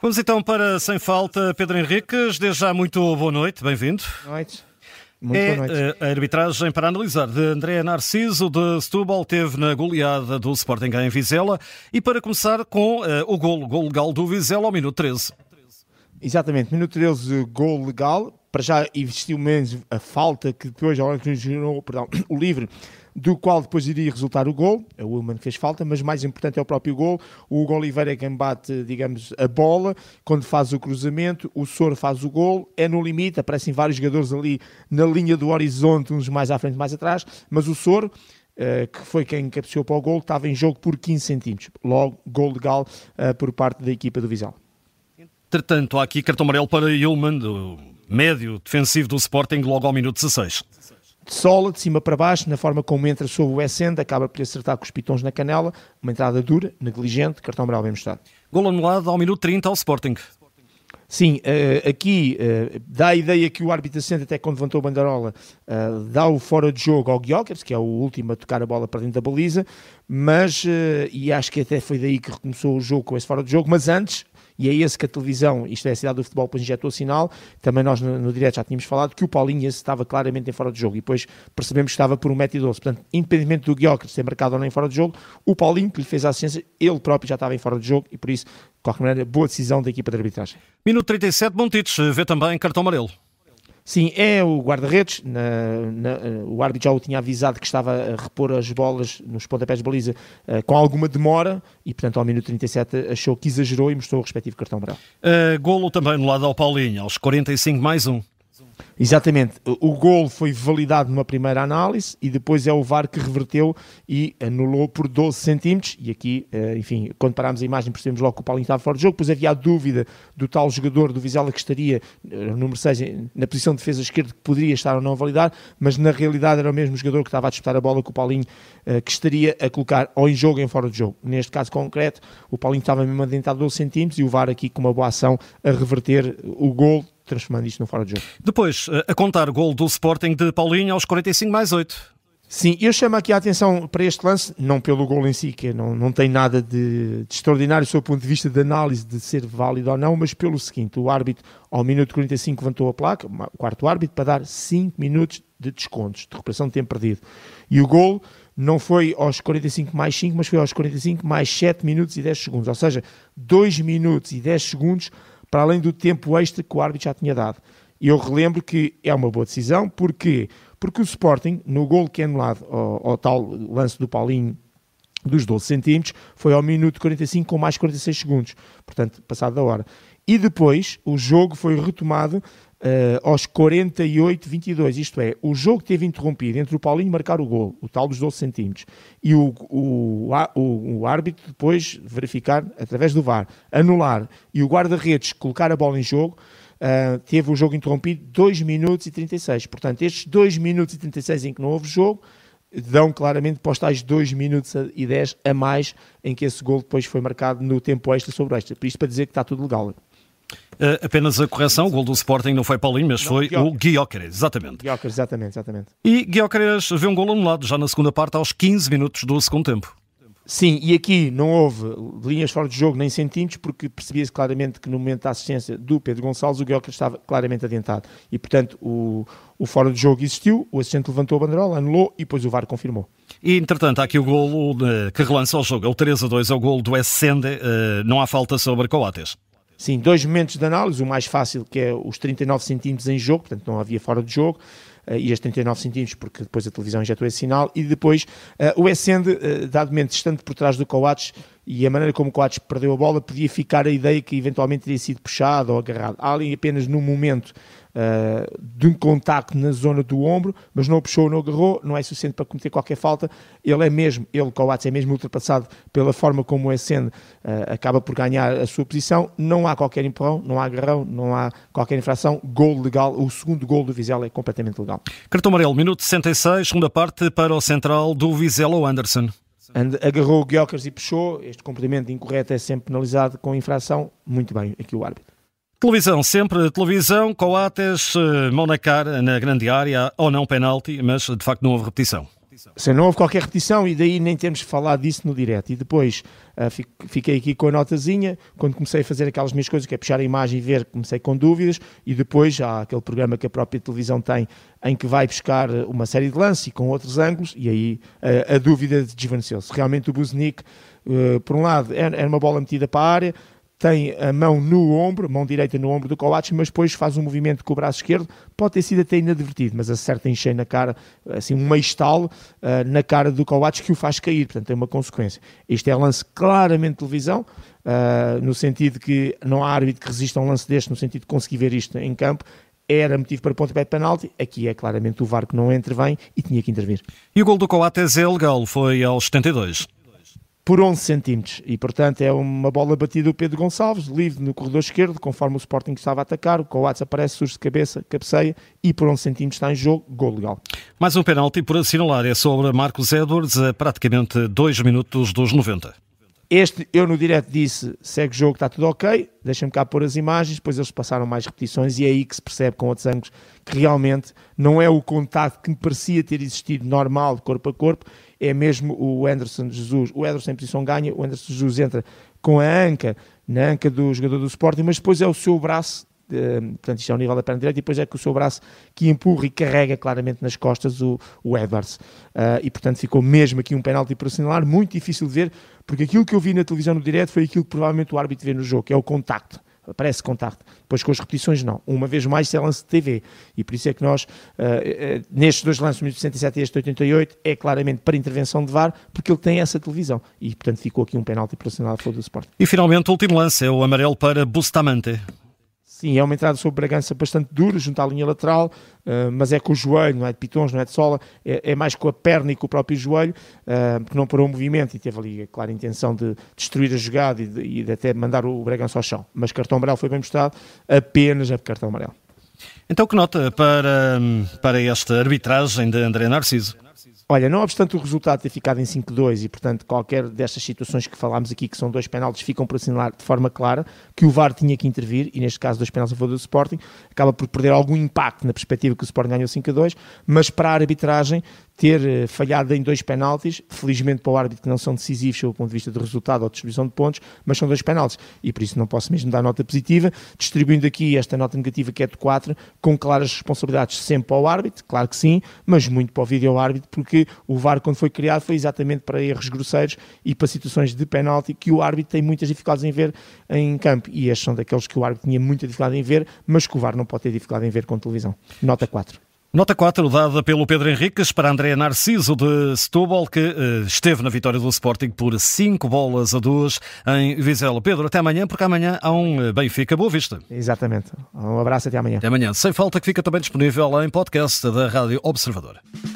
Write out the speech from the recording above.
Vamos então para Sem Falta. Pedro Henriques, desde já muito boa noite, bem-vindo. Boa noite. Muito boa noite. A arbitragem para analisar de André Narciso de Setúbal, teve na goleada do Sporting em Vizela, e para começar com o gol legal do Vizela ao minuto 13. Exatamente, minuto 13, gol legal. Para já existiu menos a falta que depois, a hora que nos gerou, o livre, do qual depois iria resultar o gol. O Willman fez falta, mas mais importante é o próprio gol. O Hugo Oliveira é quem bate, digamos, a bola. Quando faz o cruzamento, o Soro faz o gol. É no limite, aparecem vários jogadores ali na linha do horizonte, uns mais à frente, mais atrás. Mas o Soro, que foi quem cabeceou para o gol, estava em jogo por 15 centímetros. Logo, gol legal por parte da equipa do Vizela. Entretanto, há aqui cartão amarelo para Willman, do médio defensivo do Sporting, logo ao minuto 16. De sola, de cima para baixo, na forma como entra sobre o Essende, acaba por acertar com os pitons na canela, uma entrada dura, negligente, cartão amarelo bem mostrado. Gol anulado ao minuto 30 ao Sporting. Sim, aqui dá a ideia que o árbitro assente, até quando levantou a banderola, dá o fora de jogo ao Gyökeres, que é o último a tocar a bola para dentro da baliza, mas, e acho que até foi daí que recomeçou o jogo com esse fora de jogo, mas antes, e é esse que a televisão, isto é a cidade do futebol, depois injetou o sinal, também nós no direto já tínhamos falado que o Paulinho esse estava claramente em fora de jogo, e depois percebemos que estava por 1,12 m, portanto, independentemente do Gyökeres ser marcado ou não em fora de jogo, o Paulinho, que lhe fez a assistência, ele próprio já estava em fora de jogo, e por isso, de qualquer maneira, boa decisão da equipa de arbitragem. Minuto 37, Montites vê também cartão amarelo. Sim, é o guarda-redes. O árbitro já o tinha avisado que estava a repor as bolas nos pontapés de baliza com alguma demora e, portanto, ao minuto 37 achou que exagerou e mostrou o respectivo cartão amarelo. Golo também no lado ao Paulinho, aos 45 mais 1. Exatamente, o golo foi validado numa primeira análise e depois é o VAR que reverteu e anulou por 12 centímetros e aqui, enfim, quando parámos a imagem percebemos logo que o Paulinho estava fora de jogo, pois havia a dúvida do tal jogador do Vizela que estaria, número 6, na posição de defesa esquerda, que poderia estar ou não a validar, mas na realidade era o mesmo jogador que estava a disputar a bola que o Paulinho, que estaria a colocar ou em jogo ou em fora de jogo. Neste caso concreto, o Paulinho estava mesmo adiantado 12 centímetros e o VAR aqui com uma boa ação a reverter o golo, transformando isto no fora de jogo. Depois, a contar o gol do Sporting de Paulinho aos 45 mais 8. Sim, eu chamo aqui a atenção para este lance, não pelo gol em si, que não tem nada de extraordinário sob o ponto de vista de análise de ser válido ou não, mas pelo seguinte, o árbitro ao minuto 45 levantou a placa, o quarto árbitro, para dar 5 minutos de descontos, de recuperação de tempo perdido. E o gol não foi aos 45 mais 5, mas foi aos 45 mais 7 minutos e 10 segundos, ou seja, 2 minutos e 10 segundos para além do tempo extra que o árbitro já tinha dado. E eu relembro que é uma boa decisão, porque o Sporting, no golo que é anulado ao tal lance do Paulinho dos 12 centímetros, foi ao minuto 45 com mais 46 segundos, portanto, passado da hora. E depois, o jogo foi retomado aos 48-22, isto é, o jogo teve interrompido entre o Paulinho marcar o golo, o tal dos 12 centímetros, e o árbitro depois verificar, através do VAR, anular, e o guarda-redes colocar a bola em jogo, teve o jogo interrompido 2 minutos e 36. Portanto, estes 2 minutos e 36 em que não houve jogo, dão claramente para os tais 2 minutos e 10 a mais em que esse golo depois foi marcado no tempo extra sobre extra. Por isto para dizer que está tudo legal. Apenas a correção, o gol do Sporting não foi Paulinho, mas foi o Gyökeres, exatamente. Gyökeres, exatamente. E Gyökeres vê um gol anulado já na segunda parte, aos 15 minutos do segundo tempo. Sim, e aqui não houve linhas fora de jogo nem centímetros, porque percebia-se claramente que no momento da assistência do Pedro Gonçalves o Gyökeres estava claramente adiantado. E, portanto, o fora de jogo existiu, o assistente levantou a banderola, anulou e depois o VAR confirmou. E, entretanto, há aqui o golo que relança o jogo. É o 3-2, é o golo do Essende, não há falta sobre Coates. Sim, 2 momentos de análise, o mais fácil que é os 39 centímetros em jogo, portanto não havia fora de jogo, e as 39 centímetros porque depois a televisão injetou esse sinal, e depois o Essende, dadamente estando por trás do Coates, e a maneira como o Coates perdeu a bola, podia ficar a ideia que eventualmente teria sido puxado ou agarrado. Há ali apenas num momento de um contacto na zona do ombro, mas não o puxou, não o agarrou, não é suficiente para cometer qualquer falta. Ele, Coates, é mesmo ultrapassado pela forma como o Essende acaba por ganhar a sua posição. Não há qualquer empurrão, não há agarrão, não há qualquer infração. Gol legal, o segundo gol do Vizela é completamente legal. Cartão amarelo, minuto 66, segunda parte para o central do Vizela, o Anderson. Agarrou o Gyökeres e puxou. Este comportamento incorreto é sempre penalizado com infração. Muito bem, aqui o árbitro. Televisão, sempre televisão. Coates, mão na cara, na grande área, ou não penalti, mas de facto não houve repetição. Não houve qualquer repetição e daí nem temos falado disso no direto. E depois fiquei aqui com a notazinha, quando comecei a fazer aquelas minhas coisas, que é puxar a imagem e ver, comecei com dúvidas, e depois há aquele programa que a própria televisão tem, em que vai buscar uma série de lances e com outros ângulos, e aí a dúvida desvaneceu-se. Realmente o Buznik, por um lado, era uma bola metida para a área, tem a mão no ombro, mão direita no ombro do Kovacic, mas depois faz um movimento com o braço esquerdo, pode ter sido até inadvertido, mas acerta em cheio na cara, assim um meio estalo na cara do Kovacic que o faz cair, portanto tem uma consequência. Este é lance claramente de televisão, no sentido que não há árbitro que resista a um lance deste, no sentido de conseguir ver isto em campo. Era motivo para pontapé de penalti, aqui é claramente o VAR que não intervém e tinha que intervir. E o gol do Coates é legal, foi aos 72. Por 11 centímetros, e portanto é uma bola batida do Pedro Gonçalves, livre no corredor esquerdo, conforme o Sporting estava a atacar, o Coates aparece, surge de cabeça, cabeceia, e por 11 centímetros está em jogo, gol legal. Mais um penalti por assinalar, é sobre Marcos Edwards, a praticamente 2 minutos dos 90. Este, eu no direto disse, segue o jogo, está tudo ok, deixa-me cá pôr as imagens, depois eles passaram mais repetições e é aí que se percebe com outros ângulos que realmente não é o contacto que me parecia ter existido normal, corpo a corpo, é mesmo o Anderson Jesus, o Ederson em posição ganha, o Anderson Jesus entra com a anca, na anca do jogador do Sporting, mas depois é o seu braço, portanto isto é o nível da perna direita, e depois é que o seu braço que empurra e carrega claramente nas costas o Edwards, e portanto ficou mesmo aqui um penalti por assinalar, muito difícil de ver, porque aquilo que eu vi na televisão no direto foi aquilo que provavelmente o árbitro vê no jogo, que é o contacto. Parece contacto, depois com as repetições não, uma vez mais isso é lance de TV e por isso é que nós nestes dois lances, 67 e este 88 é claramente para intervenção de VAR porque ele tem essa televisão e portanto ficou aqui um penalti por assinalar a favor do Sporting. E finalmente o último lance é o amarelo para Bustamante. Sim, é uma entrada sobre Bragança bastante dura, junto à linha lateral, mas é com o joelho, não é de pitons, não é de sola, é mais com a perna e com o próprio joelho, porque não parou o movimento e teve ali a clara intenção de destruir a jogada e de até mandar o Bragança ao chão. Mas cartão amarelo foi bem mostrado, apenas a cartão amarelo. Então que nota para esta arbitragem de André Narciso? Olha, não obstante o resultado ter ficado em 5-2 e, portanto, qualquer destas situações que falámos aqui, que são dois penaltis, ficam por assinalar de forma clara que o VAR tinha que intervir, e neste caso dois penaltis a favor do Sporting, acaba por perder algum impacto na perspectiva que o Sporting ganhou 5-2, mas para a arbitragem ter falhado em dois penaltis, felizmente para o árbitro que não são decisivos do ponto de vista do resultado ou de distribuição de pontos, mas são dois penaltis, e por isso não posso mesmo dar nota positiva, distribuindo aqui esta nota negativa que é de 4, com claras responsabilidades sempre para o árbitro, claro que sim, mas muito para o vídeo-árbitro, porque o VAR, quando foi criado, foi exatamente para erros grosseiros e para situações de penalti que o árbitro tem muitas dificuldades em ver em campo. E estes são daqueles que o árbitro tinha muita dificuldade em ver, mas que o VAR não pode ter dificuldade em ver com televisão. Nota 4. Nota 4 dada pelo Pedro Henriques para André Narciso de Setúbal, que esteve na vitória do Sporting por 5-2 em Vizela. Pedro, até amanhã, porque amanhã há um Benfica Boa Vista. Exatamente. Um abraço, até amanhã. Até amanhã. Sem falta, que fica também disponível em podcast da Rádio Observador.